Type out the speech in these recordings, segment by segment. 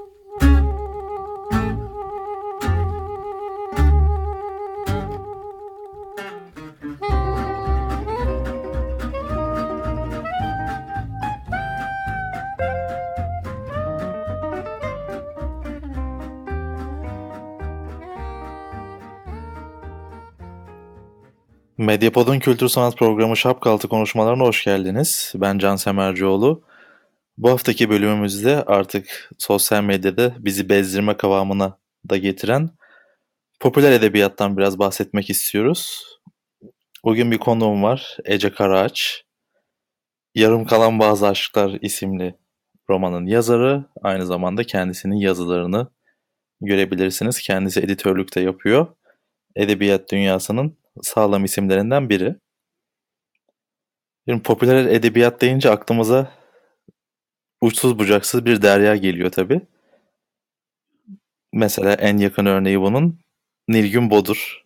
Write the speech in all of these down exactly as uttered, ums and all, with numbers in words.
Medyapod'un kültür sanat programı Şapkaltı konuşmalarına hoş geldiniz. Ben Can Semercioğlu. Bu haftaki bölümümüzde artık sosyal medyada bizi bezdirme kıvamına da getiren popüler edebiyattan biraz bahsetmek istiyoruz. Bugün bir konuğum var, Ece Karaağaç. Yarım Kalan Bazı Aşklar isimli romanın yazarı, aynı zamanda kendisinin yazılarını görebilirsiniz. Kendisi editörlük de yapıyor. Edebiyat dünyasının sağlam isimlerinden biri. Şimdi popüler edebiyat deyince aklımıza uçsuz bucaksız bir derya geliyor tabii. Mesela en yakın örneği bunun Nilgün Bodur.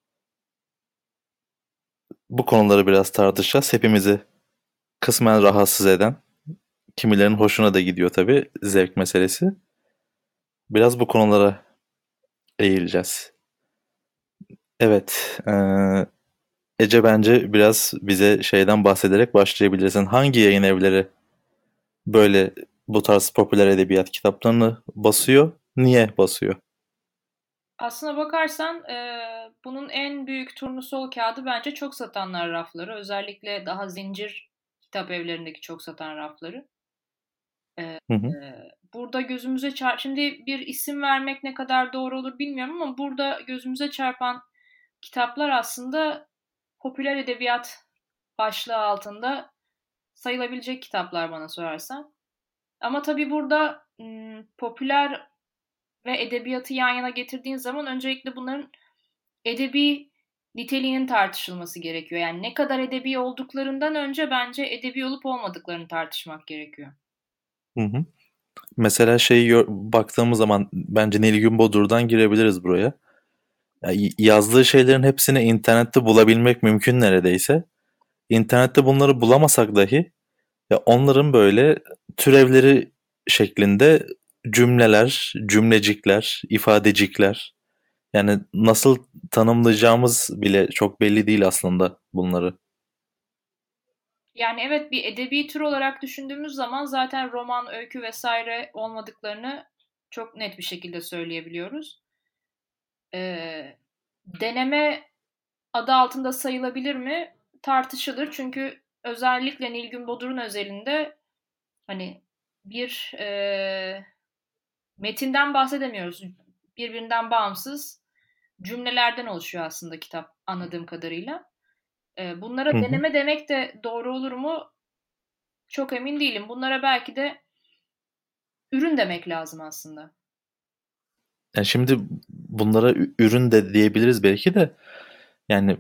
Bu konuları biraz tartışacağız. Hepimizi kısmen rahatsız eden, kimilerinin hoşuna da gidiyor tabii, zevk meselesi. Biraz bu konulara eğileceğiz. Evet, eee, Ece bence biraz bize şeyden bahsederek başlayabilirsin. Hangi yayın evleri böyle bu tarz popüler edebiyat kitaplarını basıyor? Niye basıyor? Aslına bakarsan eee, bunun en büyük turnusol kağıdı bence çok satanlar rafları. Özellikle daha zincir kitap evlerindeki çok satan rafları. Hı hı, Eee, burada gözümüze çarp... Şimdi bir isim vermek ne kadar doğru olur bilmiyorum ama burada gözümüze çarpan kitaplar aslında popüler edebiyat başlığı altında sayılabilecek kitaplar bana sorarsan. Ama tabii burada ım, popüler ve edebiyatı yan yana getirdiğin zaman öncelikle bunların edebi niteliğinin tartışılması gerekiyor. Yani ne kadar edebi olduklarından önce bence edebi olup olmadıklarını tartışmak gerekiyor. hı hı. Mesela şeyi gör- baktığımız zaman bence Nilgün Bodur'dan girebiliriz buraya. Ya y- yazdığı şeylerin hepsini internette bulabilmek mümkün neredeyse. İnternette bunları bulamasak dahi ya onların böyle türevleri şeklinde cümleler, cümlecikler, ifadecikler. Yani nasıl tanımlayacağımız bile çok belli değil aslında bunları. Yani evet, bir edebi tür olarak düşündüğümüz zaman zaten roman, öykü vesaire olmadıklarını çok net bir şekilde söyleyebiliyoruz. Ee, deneme adı altında sayılabilir mi? Tartışılır. Çünkü özellikle Nilgün Bodur'un özelinde hani bir e, metinden bahsedemiyoruz. Birbirinden bağımsız cümlelerden oluşuyor aslında kitap anladığım kadarıyla. Ee, Hı bunlara hı. deneme demek de doğru olur mu? Çok emin değilim. Bunlara belki de ürün demek lazım aslında. Yani şimdi bunlara ü- ürün de diyebiliriz belki de. Yani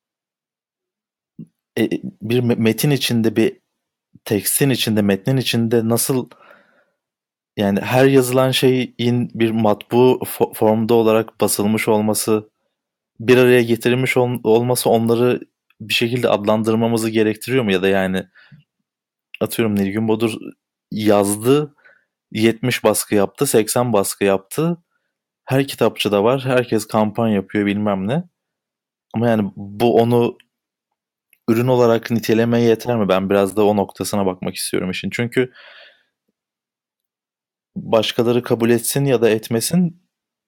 e, bir me- metin içinde, bir tekstin içinde, metnin içinde nasıl, yani her yazılan şeyin bir matbu fo- formda olarak basılmış olması, bir araya getirilmiş ol- olması onları bir şekilde adlandırmamızı gerektiriyor mu? Ya da yani atıyorum Nilgün Bodur yazdı, yetmiş baskı yaptı, seksen baskı yaptı. Her kitapçıda var, herkes kampanya yapıyor bilmem ne. Ama yani bu onu ürün olarak nitelemeye yeter mi? Ben biraz da o noktasına bakmak istiyorum işin. Çünkü başkaları kabul etsin ya da etmesin,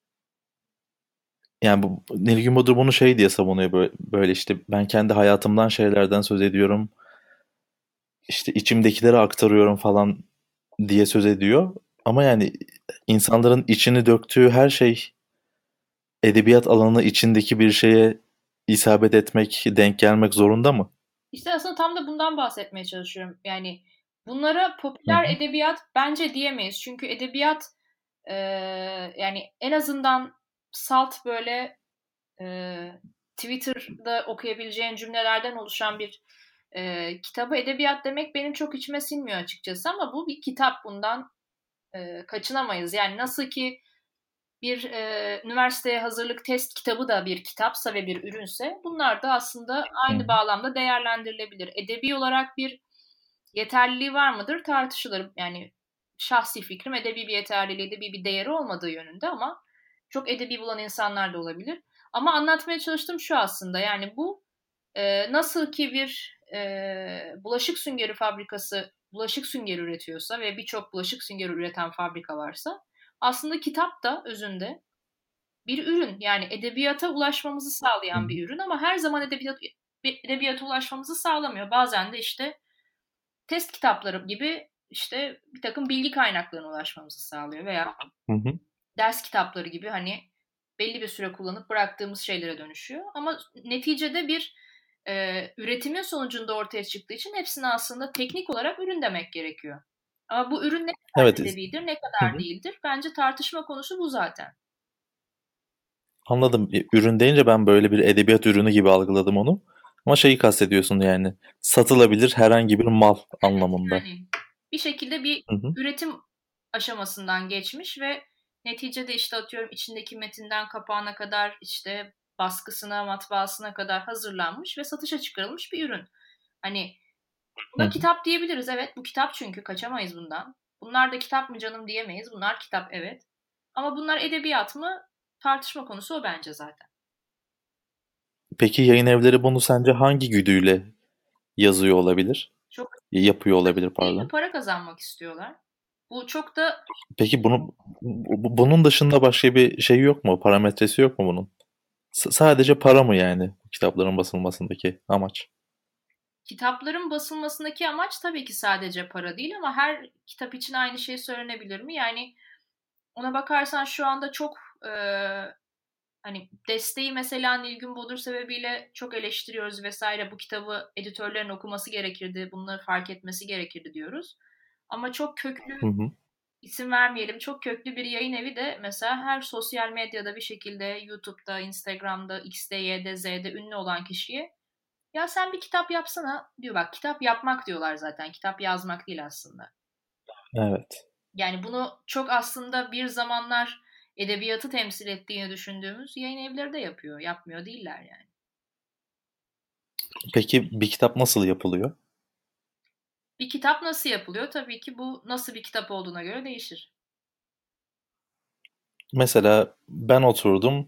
yani bu, Nilgün Bodur bunu şey diye savunuyor, böyle, böyle işte ben kendi hayatımdan şeylerden söz ediyorum. İşte içimdekileri aktarıyorum falan diye söz ediyor. Ama yani insanların içini döktüğü her şey edebiyat alanı içindeki bir şeye isabet etmek, denk gelmek zorunda mı? İşte aslında tam da bundan bahsetmeye çalışıyorum. Yani bunlara Hı popüler hı. edebiyat bence diyemeyiz. Çünkü edebiyat e, yani en azından salt böyle e, Twitter'da okuyabileceğin cümlelerden oluşan bir e, kitabı edebiyat demek benim çok içime sinmiyor açıkçası. Ama bu bir kitap, bundan e, kaçınamayız. Yani nasıl ki bir e, üniversiteye hazırlık test kitabı da bir kitapsa ve bir ürünse, bunlar da aslında Hı aynı bağlamda değerlendirilebilir. Edebi olarak bir yeterliliği var mıdır tartışılır. Yani şahsi fikrim edebi bir yeterliliği de bir, bir değeri olmadığı yönünde ama çok edebi bulan insanlar da olabilir. Ama anlatmaya çalıştığım şu aslında yani bu e, nasıl ki bir e, bulaşık süngeri fabrikası bulaşık süngeri üretiyorsa ve birçok bulaşık süngeri üreten fabrika varsa aslında kitap da özünde bir ürün. Yani edebiyata ulaşmamızı Hı sağlayan hı. bir ürün ama her zaman edebiyat, edebiyata ulaşmamızı sağlamıyor. Bazen de işte test kitapları gibi işte bir takım bilgi kaynaklarına ulaşmamızı sağlıyor veya Hı hı. ders kitapları gibi hani belli bir süre kullanıp bıraktığımız şeylere dönüşüyor. Ama neticede bir e, üretimin sonucunda ortaya çıktığı için hepsini aslında teknik olarak ürün demek gerekiyor. Ama bu ürün ne Evet. kadar edebidir, ne Hı kadar hı. değildir? Bence tartışma konusu bu zaten. Anladım. E, Ürün deyince ben böyle bir edebiyat ürünü gibi algıladım onu. Ama şeyi kastediyorsun yani. Satılabilir herhangi bir mal anlamında. Yani bir şekilde bir Hı hı. üretim aşamasından geçmiş ve neticede işte atıyorum içindeki metinden kapağına kadar işte baskısına, matbaasına kadar hazırlanmış ve satışa çıkarılmış bir ürün. Hani Hı buna hı. kitap diyebiliriz. Evet bu kitap çünkü kaçamayız bundan. Bunlar da kitap mı canım diyemeyiz. Bunlar kitap evet. Ama bunlar edebiyat mı? Tartışma konusu o bence zaten. Peki yayın evleri bunu sence hangi güdüyle yazıyor olabilir? Çok Yapıyor olabilir değil mi? pardon. Para kazanmak istiyorlar. Bu çok da Peki bunu bu- bunun dışında başka bir şey yok mu? Parametresi yok mu bunun? S- sadece para mı yani kitapların basılmasındaki amaç? kitapların basılmasındaki amaç tabii ki sadece para değil ama her kitap için aynı şey söylenebilir mi? Yani ona bakarsan şu anda çok e, hani desteği mesela Nilgün Bodur sebebiyle çok eleştiriyoruz vesaire. Bu kitabı editörlerin okuması gerekirdi, bunları fark etmesi gerekirdi diyoruz. Ama çok Hı köklü hı. isim vermeyelim. Çok köklü bir yayın evi de mesela her sosyal medyada bir şekilde YouTube'da, Instagram'da, X'de, Y'de, Z'de ünlü olan kişiye ya sen bir kitap yapsana diyor bak kitap yapmak diyorlar zaten. Kitap yazmak değil aslında. Evet. Yani bunu çok aslında bir zamanlar edebiyatı temsil ettiğini düşündüğümüz yayın evleri de yapıyor. Yapmıyor değiller yani. Peki bir kitap nasıl yapılıyor? Bir kitap nasıl yapılıyor? Tabii ki bu nasıl bir kitap olduğuna göre değişir. Mesela ben oturdum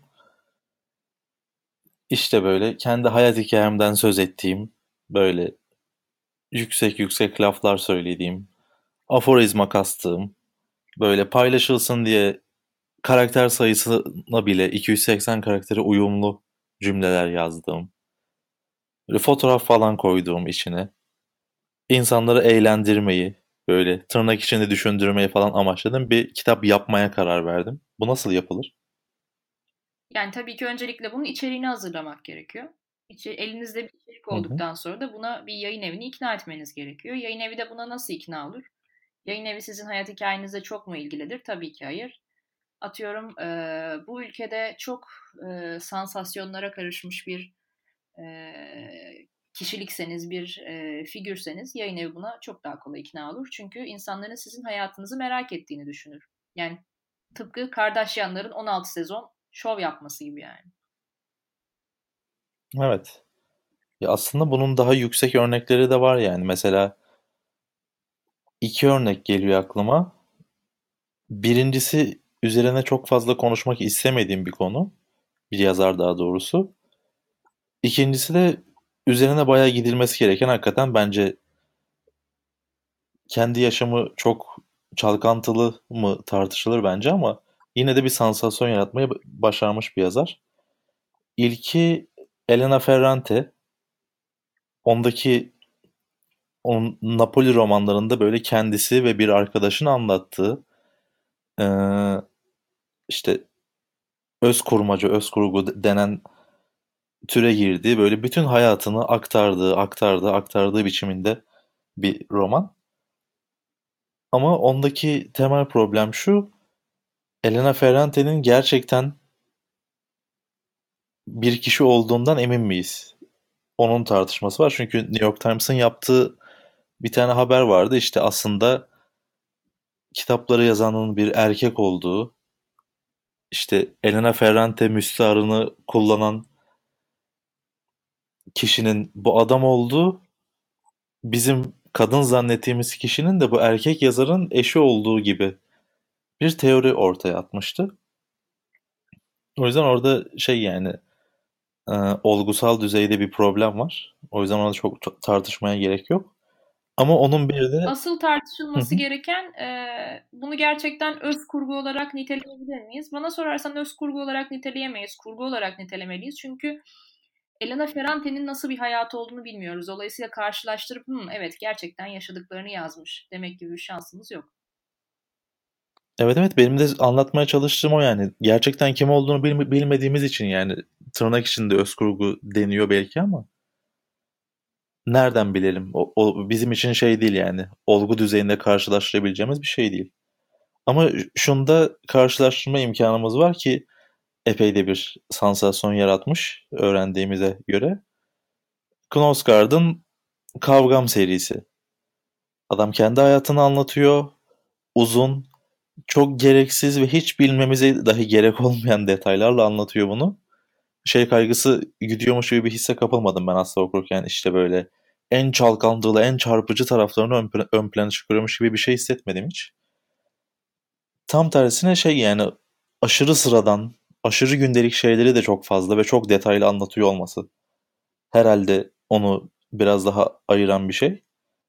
işte böyle kendi hayat hikayemden söz ettiğim böyle yüksek yüksek laflar söylediğim, aforizma kastığım, böyle paylaşılsın diye karakter sayısına bile iki yüz seksen karaktere uyumlu cümleler yazdığım, böyle fotoğraf falan koyduğum içine, insanları eğlendirmeyi, böyle tırnak içinde düşündürmeyi falan amaçladım. Bir kitap yapmaya karar verdim. Bu nasıl yapılır? Yani tabii ki öncelikle bunun içeriğini hazırlamak gerekiyor. İçi, elinizde bir içerik Hı hı. olduktan sonra da buna bir yayın evini ikna etmeniz gerekiyor. Yayın evi de buna nasıl ikna olur? Yayın evi sizin hayat hikayenizle çok mu ilgilidir? Tabii ki hayır. Atıyorum e, bu ülkede çok e, sansasyonlara karışmış bir e, kişilikseniz, bir e, figürseniz yayın evi buna çok daha kolay ikna olur. Çünkü insanların sizin hayatınızı merak ettiğini düşünür. Yani tıpkı Kardashianların on altı sezon şov yapması gibi yani. Evet. Ya aslında bunun daha yüksek örnekleri de var yani. Mesela iki örnek geliyor aklıma. Birincisi üzerine çok fazla konuşmak istemediğim bir konu. Bir yazar daha doğrusu. İkincisi de üzerine bayağı gidilmesi gereken hakikaten bence kendi yaşamı çok çalkantılı mı tartışılır bence ama yine de bir sansasyon yaratmayı başarmış bir yazar. İlki Elena Ferrante. Ondaki onun Napoli romanlarında böyle kendisi ve bir arkadaşını anlattığı eee, işte öz kurmaca, öz kurgu denen türe girdiği böyle bütün hayatını aktardığı, aktardığı, aktardığı biçiminde bir roman. Ama ondaki temel problem şu, Elena Ferrante'nin gerçekten bir kişi olduğundan emin miyiz? Onun tartışması var. Çünkü New York Times'ın yaptığı bir tane haber vardı. İşte aslında kitapları yazanın bir erkek olduğu, işte Elena Ferrante müstearını kullanan kişinin bu adam olduğu bizim kadın zannettiğimiz kişinin de bu erkek yazarın eşi olduğu gibi bir teori ortaya atmıştı. O yüzden orada şey yani e, olgusal düzeyde bir problem var. O yüzden ona çok ta- tartışmaya gerek yok. Ama onun bir de Asıl hı tartışılması hı. gereken e, bunu gerçekten öz kurgu olarak niteleyebilir miyiz? Bana sorarsan öz kurgu olarak niteleyemeyiz. Kurgu olarak nitelemeliyiz. Çünkü Elena Ferrante'nin nasıl bir hayatı olduğunu bilmiyoruz. Dolayısıyla karşılaştırıp "Hmm, evet gerçekten yaşadıklarını yazmış demek gibi bir şansımız yok. Evet evet benim de anlatmaya çalıştığım o yani. Gerçekten kim olduğunu bilme- bilmediğimiz için yani tırnak içinde öz kurgu deniyor belki ama nereden bilelim? O, o bizim için şey değil yani. Olgu düzeyinde karşılaştırabileceğimiz bir şey değil. Ama şunda karşılaştırma imkanımız var ki epey de bir sansasyon yaratmış öğrendiğimize göre. Knausgaard'ın Kavgam serisi. Adam kendi hayatını anlatıyor. Uzun, çok gereksiz ve hiç bilmemize dahi gerek olmayan detaylarla anlatıyor bunu. Şey kaygısı gidiyormuş gibi bir hisse kapılmadım ben asla okurken. İşte böyle en çalkantılı, en çarpıcı taraflarını ön, pla- ön plana çıkarıyormuş gibi bir şey hissetmedim hiç. Tam tersine şey yani aşırı sıradan, aşırı gündelik şeyleri de çok fazla ve çok detaylı anlatıyor olması. Herhalde onu biraz daha ayıran bir şey.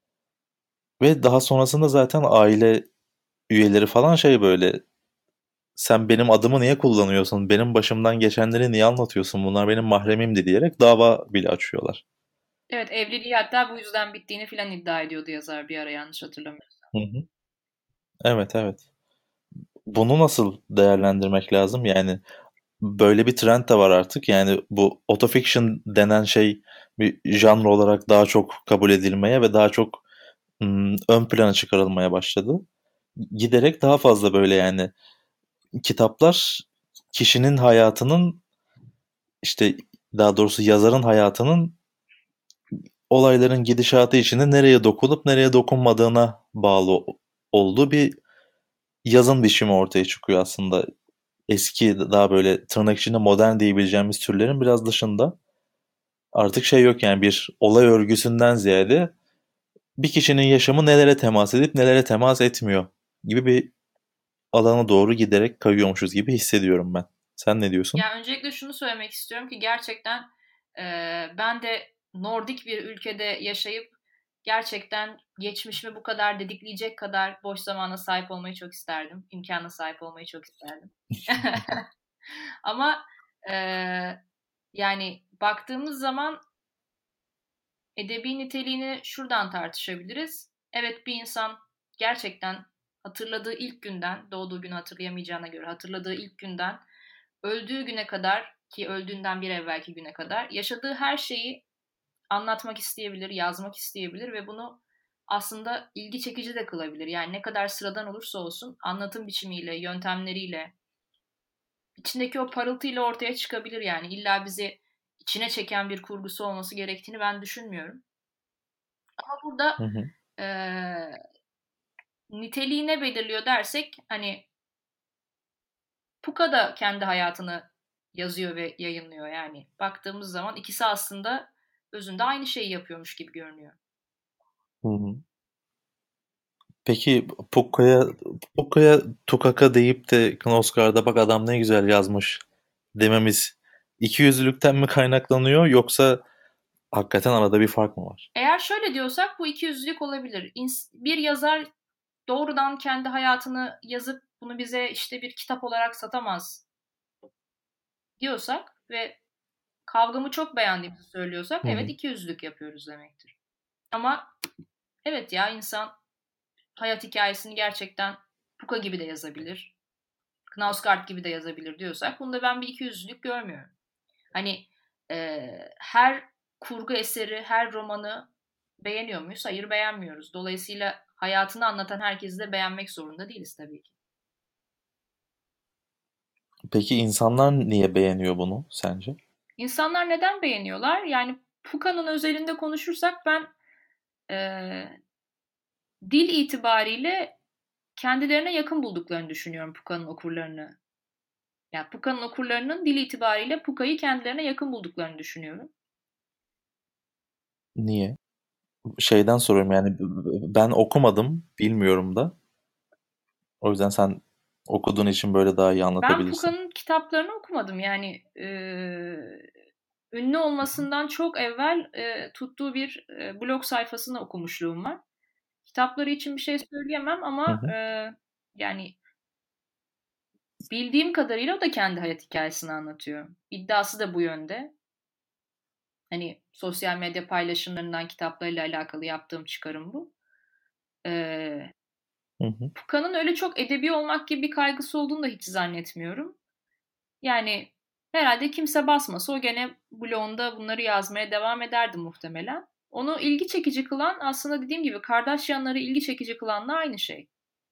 Ve daha sonrasında zaten aile üyeleri falan şey böyle sen benim adımı niye kullanıyorsun? Benim başımdan geçenleri niye anlatıyorsun? Bunlar benim mahremimdi diyerek dava bile açıyorlar. Evet, evliliği hatta bu yüzden bittiğini filan iddia ediyordu yazar bir ara, yanlış hatırlamıyorsam. Hı hı. Evet evet. Bunu nasıl değerlendirmek lazım? Yani böyle bir trend de var artık. Yani bu autofiction denen şey bir janr olarak daha çok kabul edilmeye ve daha çok ım, ön plana çıkarılmaya başladı. Giderek daha fazla böyle yani kitaplar kişinin hayatının işte daha doğrusu yazarın hayatının olayların gidişatı içinde nereye dokunup nereye dokunmadığına bağlı olduğu bir yazım biçimi ortaya çıkıyor aslında. Eski daha böyle tırnak içinde modern diyebileceğimiz türlerin biraz dışında. Artık şey yok yani bir olay örgüsünden ziyade bir kişinin yaşamı nelere temas edip nelere temas etmiyor gibi bir alana doğru giderek kayıyormuşuz gibi hissediyorum ben. Sen ne diyorsun? Ya öncelikle şunu söylemek istiyorum ki gerçekten e, ben de Nordik bir ülkede yaşayıp gerçekten geçmişimi bu kadar dedikleyecek kadar boş zamana sahip olmayı çok isterdim. İmkana sahip olmayı çok isterdim. Ama e, yani baktığımız zaman edebi niteliğini şuradan tartışabiliriz. Evet, bir insan gerçekten hatırladığı ilk günden, doğduğu günü hatırlayamayacağına göre hatırladığı ilk günden öldüğü güne kadar, ki öldüğünden bir evvelki güne kadar yaşadığı her şeyi anlatmak isteyebilir, yazmak isteyebilir ve bunu aslında ilgi çekici de kılabilir. Yani ne kadar sıradan olursa olsun anlatım biçimiyle, yöntemleriyle, içindeki o parıltıyla ortaya çıkabilir yani. İlla bizi içine çeken bir kurgusu olması gerektiğini ben düşünmüyorum. Ama burada Hı hı. eee niteliği ne belirliyor dersek, hani Puka da kendi hayatını yazıyor ve yayınlıyor yani. Baktığımız zaman ikisi aslında özünde aynı şeyi yapıyormuş gibi görünüyor. Hı hı. Peki Pukka'ya Pukka'ya Tukaka deyip de Knausgaard'a bak adam ne güzel yazmış dememiz ikiyüzlülükten mi kaynaklanıyor yoksa hakikaten arada bir fark mı var? Eğer şöyle diyorsak bu ikiyüzlülük olabilir. Bir yazar doğrudan kendi hayatını yazıp bunu bize işte bir kitap olarak satamaz diyorsak ve kavgamı çok beğendiğimizi söylüyorsak, Hı evet hı. ikiyüzlülük yapıyoruz demektir. Ama evet ya, insan hayat hikayesini gerçekten Puka gibi de yazabilir. Knausgaard gibi de yazabilir diyorsak bunda ben bir ikiyüzlülük görmüyorum. Hani e, her kurgu eseri, her romanı beğeniyor muyuz? Hayır, beğenmiyoruz. Dolayısıyla hayatını anlatan herkesi de beğenmek zorunda değiliz tabii ki. Peki insanlar niye beğeniyor bunu sence? İnsanlar neden beğeniyorlar? Yani Puka'nın özelinde konuşursak ben e, dil itibariyle kendilerine yakın bulduklarını düşünüyorum Puka'nın okurlarını. Yani Puka'nın okurlarının dil itibariyle Puka'yı kendilerine yakın bulduklarını düşünüyorum. Niye? Şeyden soruyorum yani ben okumadım, bilmiyorum da. O yüzden sen okuduğun için böyle daha iyi Ben anlatabilirsin. Puka'nın kitaplarını okumadım. Yani eee, ünlü olmasından çok evvel eee, tuttuğu bir eee, blog sayfasını okumuşluğum var. Kitapları için bir şey söyleyemem Hı ama hı. eee, yani bildiğim kadarıyla o da kendi hayat hikayesini anlatıyor. İddiası da bu yönde. Hani sosyal medya paylaşımlarından kitaplarıyla alakalı yaptığım çıkarım bu. Eee Hı hı. Foucault'ın öyle çok edebi olmak gibi bir kaygısı olduğunu da hiç zannetmiyorum. Yani herhalde kimse basmasa o gene blogunda bunları yazmaya devam ederdi muhtemelen. Onu ilgi çekici kılan aslında dediğim gibi Kardashian'ları ilgi çekici kılan da aynı şey.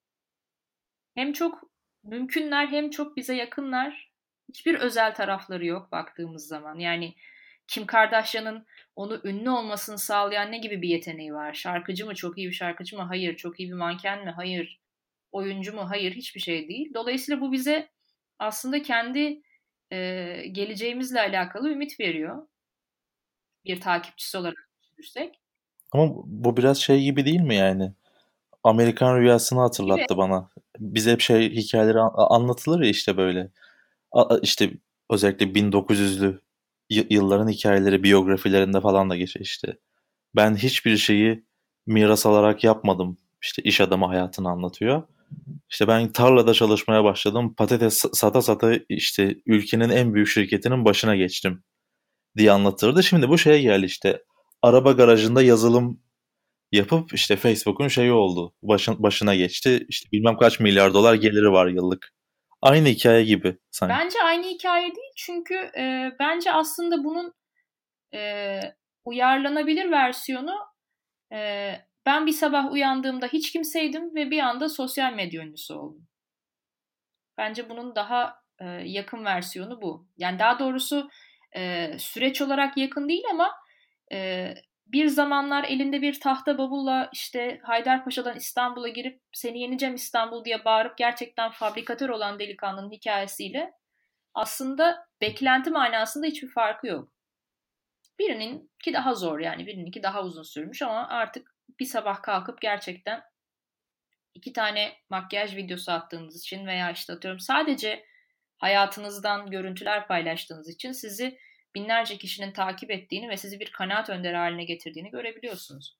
Hem çok mümkünler hem çok bize yakınlar. Hiçbir özel tarafları yok baktığımız zaman. Yani Kim Kardashian'ın onu ünlü olmasını sağlayan ne gibi bir yeteneği var? Şarkıcı mı? Çok iyi bir şarkıcı mı? Hayır. Çok iyi bir manken mi? Hayır. Oyuncu mu? Hayır. Hiçbir şey değil. Dolayısıyla bu bize aslında kendi e, geleceğimizle alakalı ümit veriyor. Bir takipçisi olarak düşünürsek. Ama bu biraz şey gibi değil mi yani? Amerikan Rüyası'nı Gibi. hatırlattı bana. Bize hep şey hikayeleri an- anlatılır ya işte böyle. A- a- işte özellikle bin dokuz yüzlü y- yılların hikayeleri biyografilerinde falan da geçiyor işte. Ben hiçbir şeyi miras alarak yapmadım. İşte iş adamı hayatını anlatıyor. İşte ben tarlada çalışmaya başladım. Patates sata sata işte ülkenin en büyük şirketinin başına geçtim diye anlatırdı. Şimdi bu şeye geldi işte. Araba garajında yazılım yapıp işte Facebook'un şeyi oldu. Başın, başına geçti. İşte bilmem kaç milyar dolar geliri var yıllık. Aynı hikaye gibi sanki. Bence aynı hikaye değil çünkü e, bence aslında bunun e, uyarlanabilir versiyonu e, ben bir sabah uyandığımda hiç kimseydim ve bir anda sosyal medya ünlüsü oldum. Bence bunun daha e, yakın versiyonu bu. Yani daha doğrusu e, süreç olarak yakın değil ama e, bir zamanlar elinde bir tahta bavulla işte Haydarpaşa'dan İstanbul'a girip seni yeneceğim İstanbul diye bağırıp gerçekten fabrikatör olan delikanlının hikayesiyle aslında beklenti manasında hiçbir farkı yok. Birininki daha zor yani birininki daha uzun sürmüş ama artık bir sabah kalkıp gerçekten iki tane makyaj videosu attığınız için veya işte atıyorum sadece hayatınızdan görüntüler paylaştığınız için sizi binlerce kişinin takip ettiğini ve sizi bir kanaat önderi haline getirdiğini görebiliyorsunuz.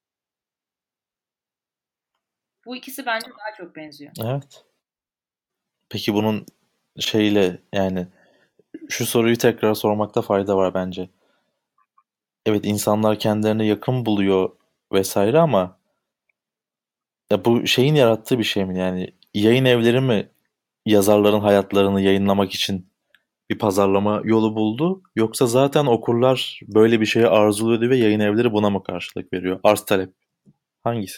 Bu ikisi bence daha çok benziyor. Evet. Peki bunun şeyle yani şu soruyu tekrar sormakta fayda var bence. Evet insanlar kendilerine yakın buluyor vesaire ama ya bu şeyin yarattığı bir şey mi yani yayın evleri mi yazarların hayatlarını yayınlamak için bir pazarlama yolu buldu yoksa zaten okurlar böyle bir şeyi arzuluyordu ve yayın evleri buna mı karşılık veriyor? Arz talep hangisi?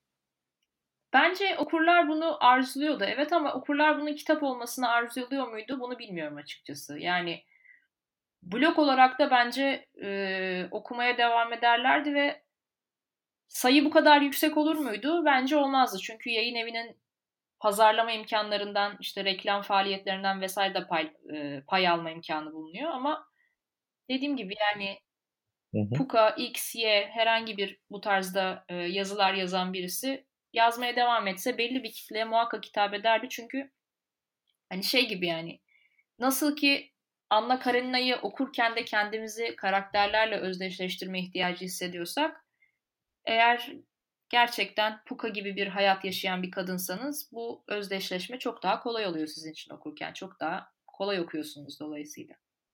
Bence okurlar bunu arzuluyordu. Evet ama okurlar bunun kitap olmasını arzuluyor muydu? Bunu bilmiyorum açıkçası. Yani blog olarak da bence e, okumaya devam ederlerdi ve sayı bu kadar yüksek olur muydu? Bence olmazdı. Çünkü yayın evinin pazarlama imkanlarından, işte reklam faaliyetlerinden vesaire de pay, e, pay alma imkanı bulunuyor. Ama dediğim gibi yani Hı hı. Puka, X, Y herhangi bir bu tarzda e, yazılar yazan birisi yazmaya devam etse belli bir kitleye muhakkak hitap ederdi. Çünkü hani şey gibi yani nasıl ki Anna Karenina'yı okurken de kendimizi karakterlerle özdeşleştirme ihtiyacı hissediyorsak, eğer gerçekten Puka gibi bir hayat yaşayan bir kadınsanız bu özdeşleşme çok daha kolay oluyor sizin için okurken. Çok daha kolay okuyorsunuz dolayısıyla.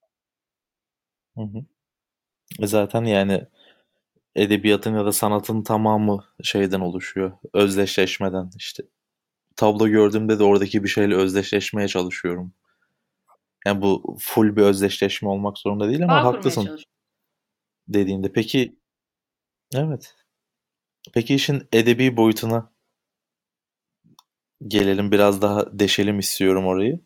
Hı hı. E zaten yani edebiyatın ya da sanatın tamamı şeyden oluşuyor. Özdeşleşmeden işte. Tablo gördüğümde de oradaki bir şeyle özdeşleşmeye çalışıyorum. Yani bu full bir özdeşleşme olmak zorunda değil ama Bağ kurmaya haklısın çalışıyorum. dediğinde. Peki evet. Peki işin edebi boyutuna gelelim. Biraz daha deşelim istiyorum orayı.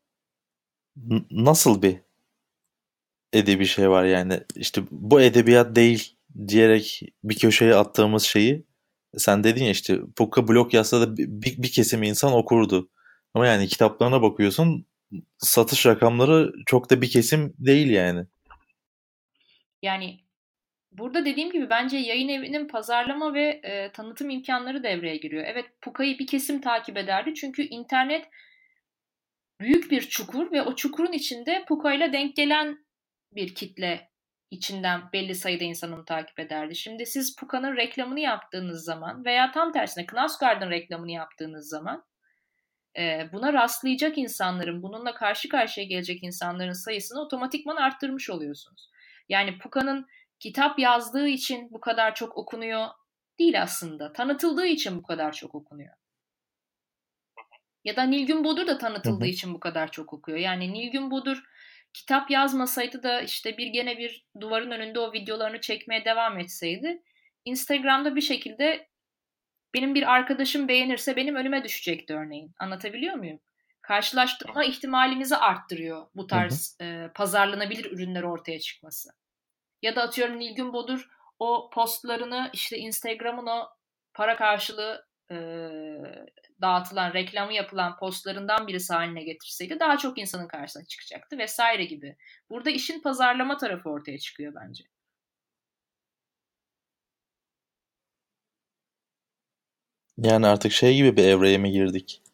N- nasıl bir edebi şey var yani? İşte bu edebiyat değil diyerek bir köşeye attığımız şeyi sen dedin ya işte Puka blog yazsa da bir, bir bir kesim insan okurdu. Ama yani kitaplarına bakıyorsun satış rakamları çok da bir kesim değil yani. Yani burada dediğim gibi bence yayın evinin pazarlama ve e, tanıtım imkanları devreye giriyor. Evet, Puka'yı bir kesim takip ederdi. Çünkü internet büyük bir çukur ve o çukurun içinde Puka'yla denk gelen bir kitle içinden belli sayıda insanını takip ederdi. Şimdi siz Puka'nın reklamını yaptığınız zaman veya tam tersine Knausgaard'ın reklamını yaptığınız zaman e, buna rastlayacak insanların, bununla karşı karşıya gelecek insanların sayısını otomatikman arttırmış oluyorsunuz. Yani Puka'nın kitap yazdığı için bu kadar çok okunuyor değil aslında. Tanıtıldığı için bu kadar çok okunuyor. Ya da Nilgün Bodur da Hı tanıtıldığı hı. için bu kadar çok okuyor. Yani Nilgün Bodur kitap yazmasaydı da işte bir gene bir duvarın önünde o videolarını çekmeye devam etseydi, Instagram'da bir şekilde benim bir arkadaşım beğenirse benim önüme düşecekti örneğin. Anlatabiliyor muyum? Karşılaştırma ihtimalimizi arttırıyor bu Hı hı. tarz e, pazarlanabilir ürünler ortaya çıkması. Ya da atıyorum Nilgün Bodur o postlarını işte Instagram'ın o para karşılığı e, dağıtılan, reklamı yapılan postlarından birisi haline getirseydi daha çok insanın karşısına çıkacaktı vesaire gibi. Burada işin pazarlama tarafı ortaya çıkıyor bence. Yani artık şey gibi bir evreye mi girdik?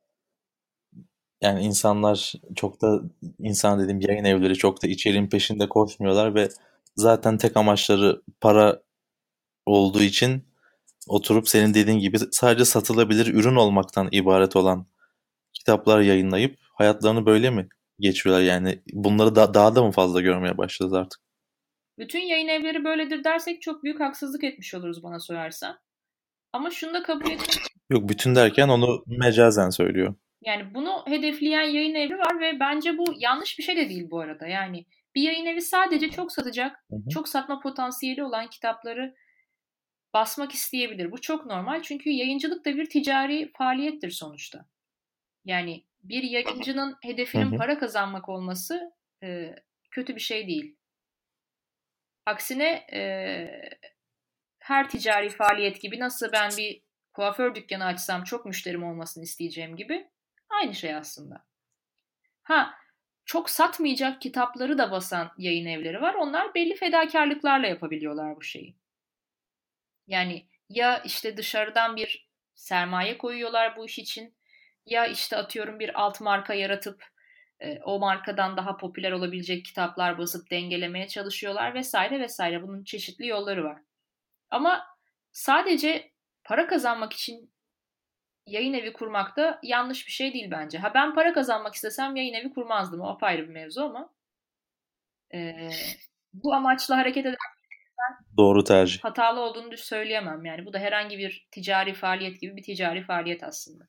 Yani insanlar çok da insan dediğim yayın evleri çok da içeriğin peşinde koşmuyorlar ve zaten tek amaçları para olduğu için oturup senin dediğin gibi sadece satılabilir ürün olmaktan ibaret olan kitaplar yayınlayıp hayatlarını böyle mi geçiriyorlar yani bunları da, daha da mı fazla görmeye başladık artık? Bütün yayın evleri böyledir dersek çok büyük haksızlık etmiş oluruz bana sorarsan. Ama şunu da kabul etmek, Yok bütün derken onu mecazen söylüyor. yani bunu hedefleyen yayın evi var ve bence bu yanlış bir şey de değil bu arada. Yani bir yayın evi sadece çok satacak, Hı hı. çok satma potansiyeli olan kitapları basmak isteyebilir. Bu çok normal çünkü yayıncılık da bir ticari faaliyettir sonuçta. Yani bir yayıncının Hı hedefinin hı. para kazanmak olması e, kötü bir şey değil. Aksine e, her ticari faaliyet gibi nasıl ben bir kuaför dükkanı açsam çok müşterim olmasını isteyeceğim gibi aynı şey aslında. Ha, çok satmayacak kitapları da basan yayın evleri var. Onlar belli fedakarlıklarla yapabiliyorlar bu şeyi. Yani ya işte dışarıdan bir sermaye koyuyorlar bu iş için ya işte atıyorum bir alt marka yaratıp e, o markadan daha popüler olabilecek kitaplar basıp dengelemeye çalışıyorlar vesaire vesaire. Bunun çeşitli yolları var. Ama sadece para kazanmak için yayın evi kurmak da yanlış bir şey değil bence. Ha, ben para kazanmak istesem yayın evi kurmazdım. O apayrı bir mevzu ama e, bu amaçla hareket eden Doğru tercih. hatalı olduğunu söyleyemem. Yani bu da herhangi bir ticari faaliyet gibi bir ticari faaliyet aslında.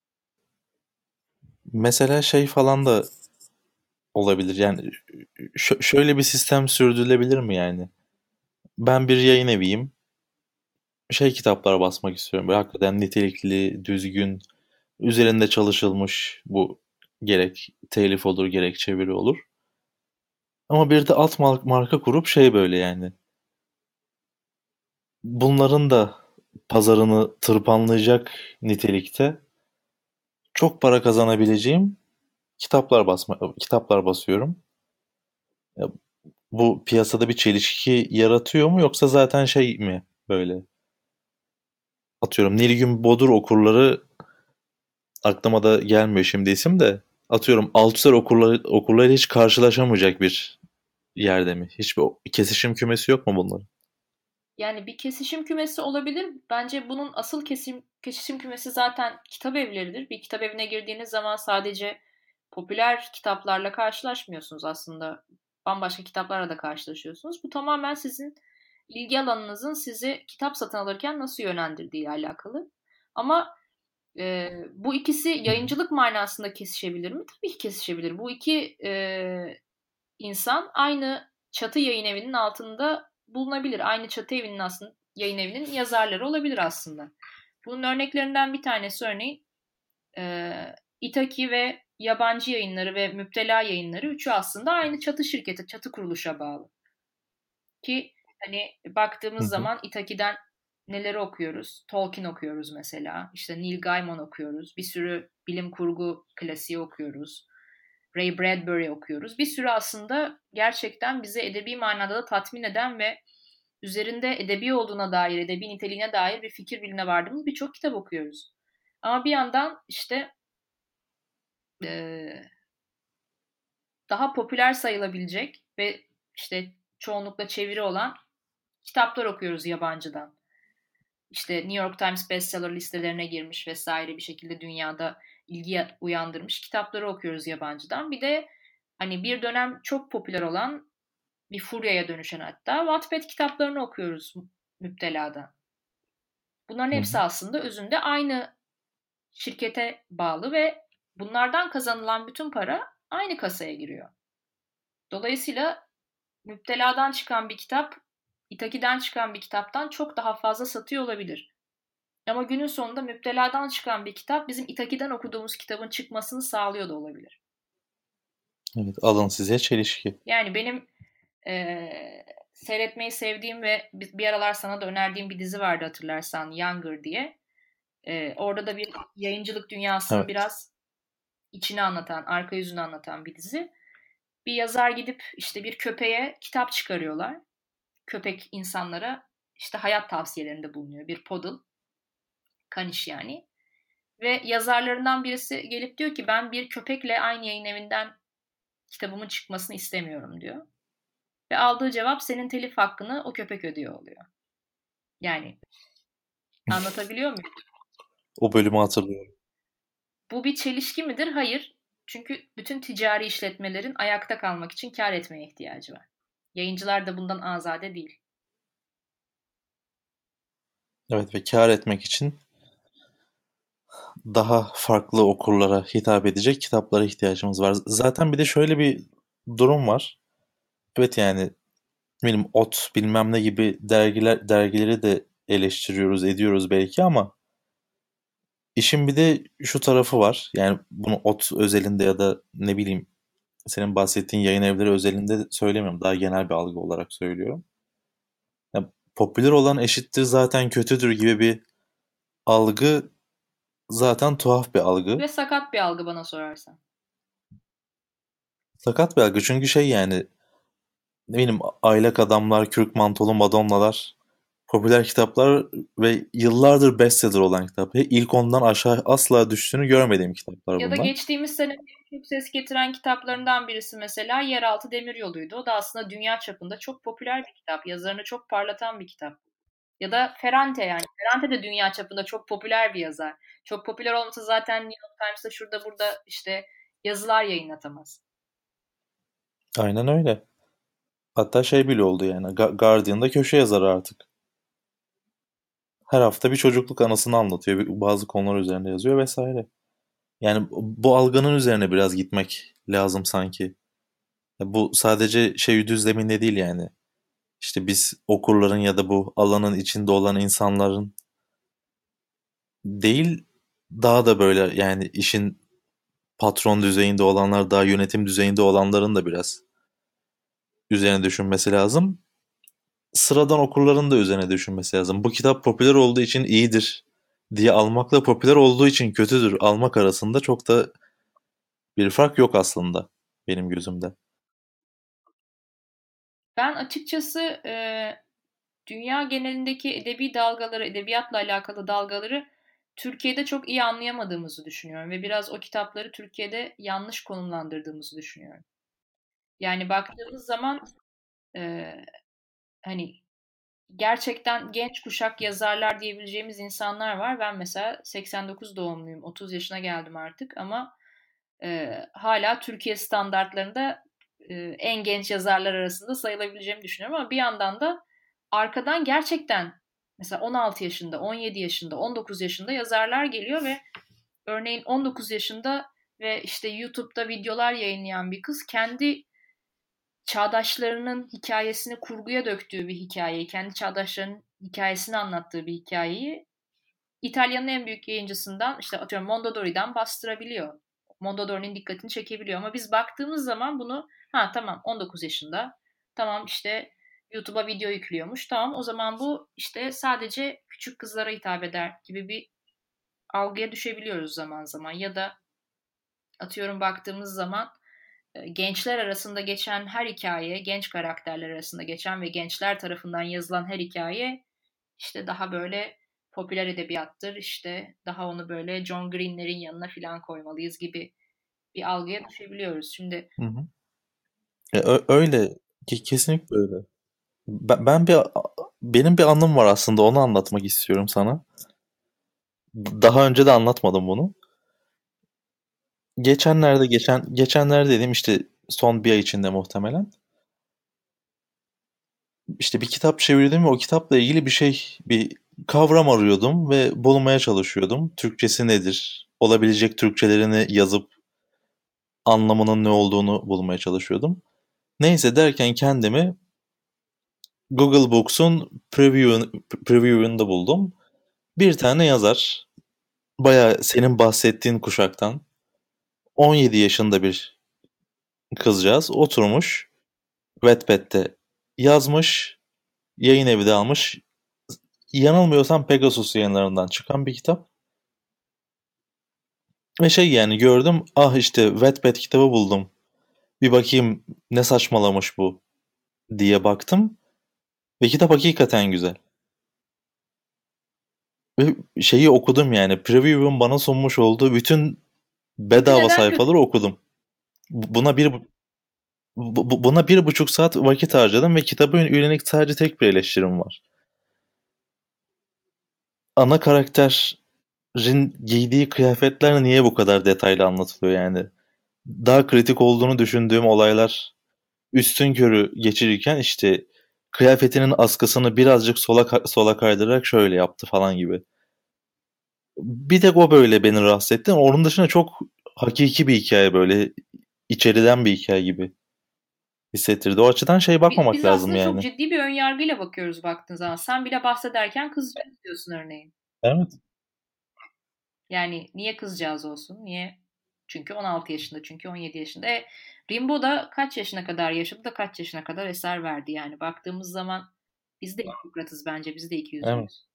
Mesela şey falan da olabilir. Yani ş- şöyle bir sistem sürdürülebilir mi yani? Ben bir yayın eviyim. Şey kitaplar basmak istiyorum. Böyle hakikaten nitelikli, düzgün, üzerinde çalışılmış bu gerek telif olur gerek çeviri olur. Ama bir de alt mar- marka kurup şey böyle yani. Bunların da pazarını tırpanlayacak nitelikte çok para kazanabileceğim kitaplar basma kitaplar basıyorum. Ya, bu piyasada bir çelişki yaratıyor mu yoksa zaten şey mi böyle? Atıyorum Nilgün Bodur okurları aklıma da gelmiyor şimdi isim de. Atıyorum Althusser okurları, okurları hiç karşılaşamayacak bir yerde mi? Hiçbir o- kesişim kümesi yok mu bunların? Yani bir kesişim kümesi olabilir. Bence bunun asıl kesim, kesişim kümesi zaten kitap evleridir. Bir kitap evine girdiğiniz zaman sadece popüler kitaplarla karşılaşmıyorsunuz aslında. Bambaşka kitaplarla da karşılaşıyorsunuz. Bu tamamen sizin ilgi alanınızın sizi kitap satın alırken nasıl yönlendirdiği ile alakalı. Ama e, bu ikisi Hı hı. yayıncılık manasında kesişebilir mi? Tabii ki kesişebilir. Bu iki e, insan aynı çatı yayın evinin altında bulunabilir. Aynı çatı evinin aslında yayın evinin yazarları olabilir aslında. Bunun örneklerinden bir tanesi örneğin e, Itaki ve yabancı yayınları ve müptela yayınları üçü aslında aynı çatı şirketi, çatı kuruluşa bağlı. Ki hani Hı baktığımız hı. zaman Itaki'den neleri okuyoruz? Tolkien okuyoruz mesela. İşte Neil Gaiman okuyoruz. Bir sürü bilim kurgu klasiği okuyoruz. Ray Bradbury okuyoruz. Bir sürü aslında gerçekten bizi edebi manada da tatmin eden ve üzerinde edebi olduğuna dair, edebi niteliğine dair bir fikir birliğine vardığımız birçok kitap okuyoruz. Ama bir yandan işte e, daha popüler sayılabilecek ve işte çoğunlukla çeviri olan kitaplar okuyoruz yabancıdan. İşte New York Times bestseller listelerine girmiş vesaire bir şekilde dünyada ilgi uyandırmış kitapları okuyoruz yabancıdan. Bir de hani bir dönem çok popüler olan bir furyaya dönüşen hatta Wattpad kitaplarını okuyoruz müpteladan. Bunların Hı hepsi hı. aslında özünde aynı şirkete bağlı ve bunlardan kazanılan bütün para aynı kasaya giriyor. Dolayısıyla müpteladan çıkan bir kitap, İtaki'den çıkan bir kitaptan çok daha fazla satıyor olabilir. Ama günün sonunda müpteladan çıkan bir kitap bizim İtaki'den okuduğumuz kitabın çıkmasını sağlıyor da olabilir. Evet, alın size çelişki. Yani benim eee, seyretmeyi sevdiğim ve bir aralar sana da önerdiğim bir dizi vardı hatırlarsan, Younger diye. Eee, orada da bir yayıncılık dünyasının Evet. biraz içini anlatan, arka yüzünü anlatan bir dizi. Bir yazar gidip işte bir köpeğe kitap çıkarıyorlar. Köpek insanlara işte hayat tavsiyelerinde bulunuyor. Bir poodle, kaniş yani. Ve yazarlarından birisi gelip diyor ki ben bir köpekle aynı yayın evinden kitabımın çıkmasını istemiyorum diyor. Ve aldığı cevap senin telif hakkını o köpek ödüyor oluyor. Yani anlatabiliyor muyum? O bölümü hatırlıyorum. Bu bir çelişki midir? Hayır. Çünkü bütün ticari işletmelerin ayakta kalmak için kar etmeye ihtiyacı var. Yayıncılar da bundan azade değil. Evet ve kâr etmek için daha farklı okurlara hitap edecek kitaplara ihtiyacımız var. Zaten bir de şöyle bir durum var. Evet yani benim Ot bilmem ne gibi dergiler dergileri de eleştiriyoruz, ediyoruz belki ama işin bir de şu tarafı var. Yani bunu Ot özelinde ya da ne bileyim senin bahsettiğin yayın evleri özelinde söylemiyorum. Daha genel bir algı olarak söylüyorum. Ya, popüler olan eşittir zaten kötüdür gibi bir algı zaten tuhaf bir algı. Ve sakat bir algı bana sorarsan. Sakat bir algı çünkü şey yani ne bileyim Aylak Adamlar, Kürk Mantolu Madonnalar popüler kitaplar ve yıllardır bestseller olan kitap. Ve ilk ondan aşağı asla düştüğünü görmediğim kitaplar Ya da bunlar. geçtiğimiz sene çok ses getiren kitaplarından birisi mesela Yeraltı Demiryolu'ydu. O da aslında dünya çapında çok popüler bir kitap. Yazarını çok parlatan bir kitap. Ya da Ferrante yani. Ferrante de dünya çapında çok popüler bir yazar. Çok popüler olmasa zaten New York Times'ta şurada burada işte yazılar yayınlatamaz. Aynen öyle. Hatta şey bile oldu yani Ga- Guardian'da köşe yazarı artık. Her hafta bir çocukluk anısını anlatıyor. bir- Bazı konular üzerinde yazıyor vesaire. Yani bu algının üzerine biraz gitmek lazım sanki. Ya bu sadece şey düzleminde değil yani. İşte biz okurların ya da bu alanın içinde olan insanların değil daha da böyle yani işin patron düzeyinde olanlar daha yönetim düzeyinde olanların da biraz üzerine düşünmesi lazım. Sıradan okurların da üzerine düşünmesi lazım. Bu kitap popüler olduğu için iyidir diye almakla popüler olduğu için kötüdür almak arasında çok da bir fark yok aslında benim gözümde. Ben açıkçası e, dünya genelindeki edebi dalgaları, edebiyatla alakalı dalgaları Türkiye'de çok iyi anlayamadığımızı düşünüyorum ve biraz o kitapları Türkiye'de yanlış konumlandırdığımızı düşünüyorum. Yani baktığımız zaman e, hani gerçekten genç kuşak yazarlar diyebileceğimiz insanlar var. Ben mesela seksen dokuz doğumluyum, otuz yaşına geldim artık ama e, hala Türkiye standartlarında e, en genç yazarlar arasında sayılabileceğimi düşünüyorum ama bir yandan da arkadan gerçekten mesela on altı yaşında, on yedi yaşında, on dokuz yaşında yazarlar geliyor ve örneğin on dokuz yaşında ve işte YouTube'da videolar yayınlayan bir kız kendi çağdaşlarının hikayesini kurguya döktüğü bir hikayeyi, kendi çağdaşlarının hikayesini anlattığı bir hikayeyi İtalya'nın en büyük yayıncısından işte atıyorum Mondadori'den bastırabiliyor. Mondadori'nin dikkatini çekebiliyor ama biz baktığımız zaman bunu ha tamam on dokuz yaşında tamam işte YouTube'a video yüklüyormuş tamam o zaman bu işte sadece küçük kızlara hitap eder gibi bir algıya düşebiliyoruz zaman zaman ya da atıyorum baktığımız zaman gençler arasında geçen her hikaye, genç karakterler arasında geçen ve gençler tarafından yazılan her hikaye işte daha böyle popüler edebiyattır, işte daha onu böyle John Green'lerin yanına falan koymalıyız gibi bir algıya düşebiliyoruz. Şimdi Hı hı. Ya, ö- öyle. Ke- Kesinlikle öyle. Ben, ben bir benim bir anım var aslında, onu anlatmak istiyorum sana. Daha önce de anlatmadım bunu. Geçenlerde geçen geçenlerde dedim işte, son bir ay içinde muhtemelen. İşte bir kitap çevirdim ve o kitapla ilgili bir şey, bir kavram arıyordum ve bulmaya çalışıyordum. Türkçesi nedir? Olabilecek Türkçelerini yazıp anlamının ne olduğunu bulmaya çalışıyordum. Neyse derken kendimi Google Books'un preview, preview'ında buldum. Bir tane yazar, baya senin bahsettiğin kuşaktan, on yedi yaşında bir kızcağız oturmuş Wattpad'de yazmış, yayın evi de almış. Yanılmıyorsam Pegasus yayınlarından çıkan bir kitap. Ve şey, yani gördüm, ah işte Wattpad kitabı buldum. Bir bakayım ne saçmalamış bu diye baktım. Ve kitap hakikaten güzel. Ve şeyi okudum yani. Preview'un bana sunmuş olduğu bütün peki bedava neden kötü? sayfaları okudum. Buna bir bu- buna bir buçuk saat vakit harcadım ve kitaba yönelik sadece tek bir eleştirim var. Ana karakterin giydiği kıyafetler niye bu kadar detaylı anlatılıyor yani? Daha kritik olduğunu düşündüğüm olaylar üstünkörü geçirirken işte kıyafetinin askısını birazcık sola sola kaydırarak şöyle yaptı falan gibi. Bir tek o böyle beni rahatsız etti. Onun dışında çok hakiki bir hikaye, böyle içeriden bir hikaye gibi hissettirdi. O açıdan şey bakmamak Biz lazım aslında çok yani. ciddi bir önyargıyla bakıyoruz baktığın zaman. Sen bile bahsederken kızcağız diyorsun örneğin. Evet. Yani niye kızcağız olsun? Niye? Çünkü on altı yaşında, çünkü on yedi yaşında. E, Rimbaud da kaç yaşına kadar yaşadı da kaç yaşına kadar eser verdi yani. Baktığımız zaman biz de Hipokratız bence, biz de iki Evet. yüzlüyüz.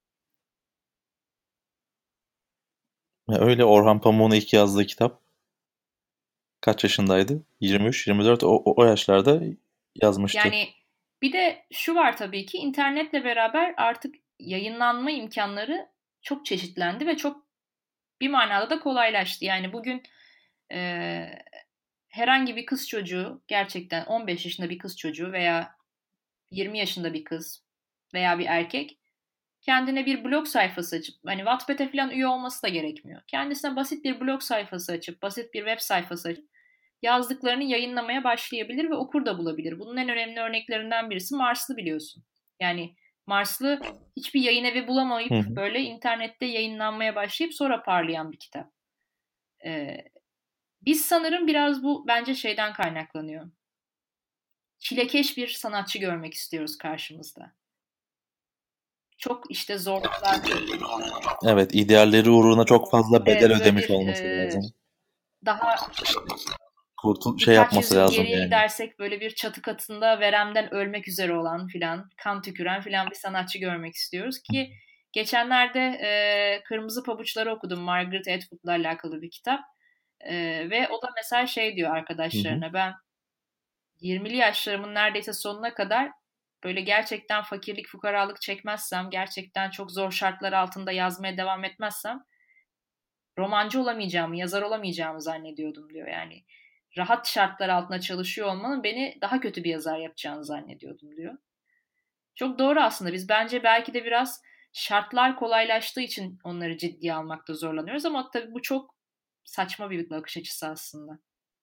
Ya öyle, Orhan Pamuk'un ilk yazdığı kitap kaç yaşındaydı? yirmi üç, yirmi dört, o, o o yaşlarda yazmıştı. Yani bir de şu var tabii ki, internetle beraber artık yayınlanma imkanları çok çeşitlendi ve çok bir manada da kolaylaştı. Yani bugün e, herhangi bir kız çocuğu, gerçekten on beş yaşında bir kız çocuğu veya yirmi yaşında bir kız veya bir erkek kendine bir blog sayfası açıp, hani Wattpad'e falan üye olması da gerekmiyor. Kendisine basit bir blog sayfası açıp, basit bir web sayfası açıp yazdıklarını yayınlamaya başlayabilir ve okur da bulabilir. Bunun en önemli örneklerinden birisi Marslı, biliyorsun. Yani Marslı hiçbir yayın evi Hı bulamayıp hı. böyle internette yayınlanmaya başlayıp sonra parlayan bir kitap. Ee, Biz sanırım biraz bu bence şeyden kaynaklanıyor. Çilekeş bir sanatçı görmek istiyoruz karşımızda. Çok işte zorluklar. Evet, idealleri uğruna çok fazla bedel Evet, böyle ödemiş bir olması e, lazım. daha Kurtul şey birkaç yapması yüzyıl lazım geriye yani. gidersek böyle bir çatı katında veremden ölmek üzere olan filan, kan tüküren filan bir sanatçı görmek istiyoruz ki geçenlerde e, Kırmızı Pabuçları okudum. Margaret Atwood'la alakalı bir kitap. E, ve o da mesela şey diyor Hı hı. arkadaşlarına: ben yirmili yaşlarımın neredeyse sonuna kadar böyle gerçekten fakirlik, fukaralık çekmezsem, gerçekten çok zor şartlar altında yazmaya devam etmezsem romancı olamayacağımı, yazar olamayacağımı zannediyordum diyor. Yani rahat şartlar altında çalışıyor olmanın beni daha kötü bir yazar yapacağını zannediyordum diyor. Çok doğru aslında. Biz bence belki de biraz şartlar kolaylaştığı için onları ciddiye almakta zorlanıyoruz ama tabii bu çok saçma bir bakış açısı aslında.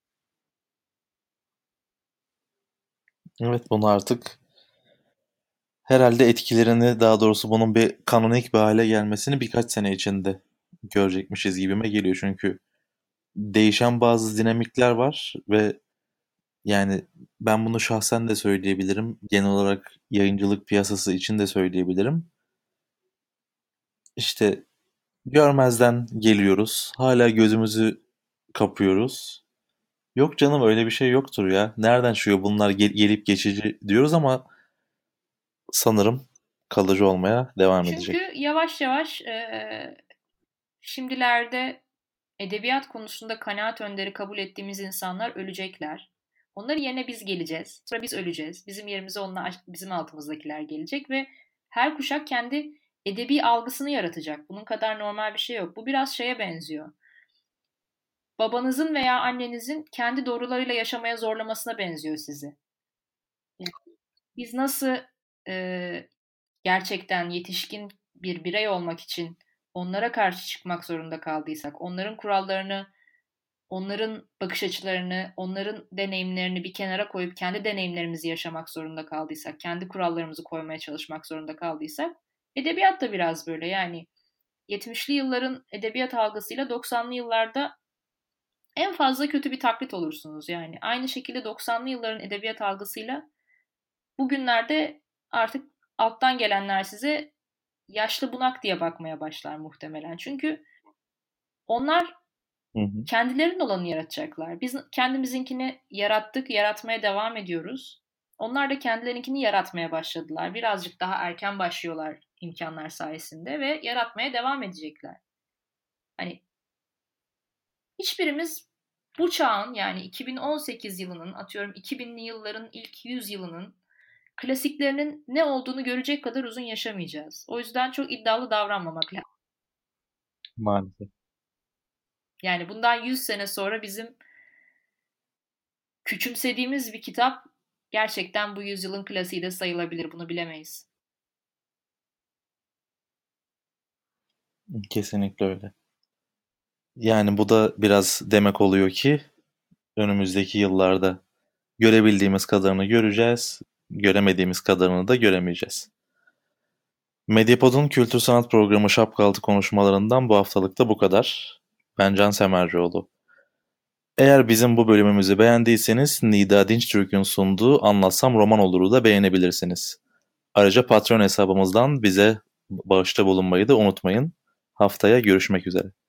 Evet, bunu artık herhalde etkilerini, daha doğrusu bunun bir kanonik bir hale gelmesini birkaç sene içinde görecekmişiz gibime geliyor. Çünkü değişen bazı dinamikler var ve yani ben bunu şahsen de söyleyebilirim. Genel olarak yayıncılık piyasası için de söyleyebilirim. İşte görmezden geliyoruz. Hala gözümüzü kapıyoruz. Yok canım, öyle bir şey yoktur ya. Nereden çıkıyor bunlar, gel- gelip geçici diyoruz ama sanırım kalıcı olmaya devam Çünkü edecek. yavaş yavaş e, şimdilerde edebiyat konusunda kanaat önderi kabul ettiğimiz insanlar ölecekler. Onların yerine biz geleceğiz. Sonra biz öleceğiz. Bizim yerimize onlar, bizim altımızdakiler gelecek ve her kuşak kendi edebi algısını yaratacak. Bunun kadar normal bir şey yok. Bu biraz şeye benziyor. Babanızın veya annenizin kendi doğrularıyla yaşamaya zorlamasına benziyor sizi. Yani biz nasıl e, gerçekten yetişkin bir birey olmak için onlara karşı çıkmak zorunda kaldıysak, onların kurallarını, onların bakış açılarını, onların deneyimlerini bir kenara koyup kendi deneyimlerimizi yaşamak zorunda kaldıysak, kendi kurallarımızı koymaya çalışmak zorunda kaldıysak, edebiyat da biraz böyle. Yani yetmişli yılların edebiyat algısıyla doksanlı yıllarda en fazla kötü bir taklit olursunuz yani. Aynı şekilde doksanlı yılların edebiyat algısıyla bugünlerde artık alttan gelenler size yaşlı bunak diye bakmaya başlar muhtemelen. Çünkü onlar Hı hı. kendilerinin olanı yaratacaklar. Biz kendimizinkini yarattık, yaratmaya devam ediyoruz. Onlar da kendilerinkini yaratmaya başladılar. Birazcık daha erken başlıyorlar imkanlar sayesinde ve yaratmaya devam edecekler. Hani hiçbirimiz bu çağın yani iki bin on sekiz yılının atıyorum iki binli yılların ilk yüz yılının klasiklerinin ne olduğunu görecek kadar uzun yaşamayacağız. O yüzden çok iddialı davranmamak lazım. Maalesef. Yani bundan yüz sene sonra bizim küçümsediğimiz bir kitap gerçekten bu yüzyılın klasiği de sayılabilir. Bunu bilemeyiz. Kesinlikle öyle. Yani bu da biraz demek oluyor ki önümüzdeki yıllarda görebildiğimiz kadarını göreceğiz, göremediğimiz kadarını da göremeyeceğiz. Medyapod'un kültür sanat programı Şapkaltı konuşmalarından bu haftalık da bu kadar. Ben Can Semercioğlu. Eğer bizim bu bölümümüzü beğendiyseniz Nida Dinçtürk'ün sunduğu Anlatsam Roman Olur'u da beğenebilirsiniz. Ayrıca Patreon hesabımızdan bize bağışta bulunmayı da unutmayın. Haftaya görüşmek üzere.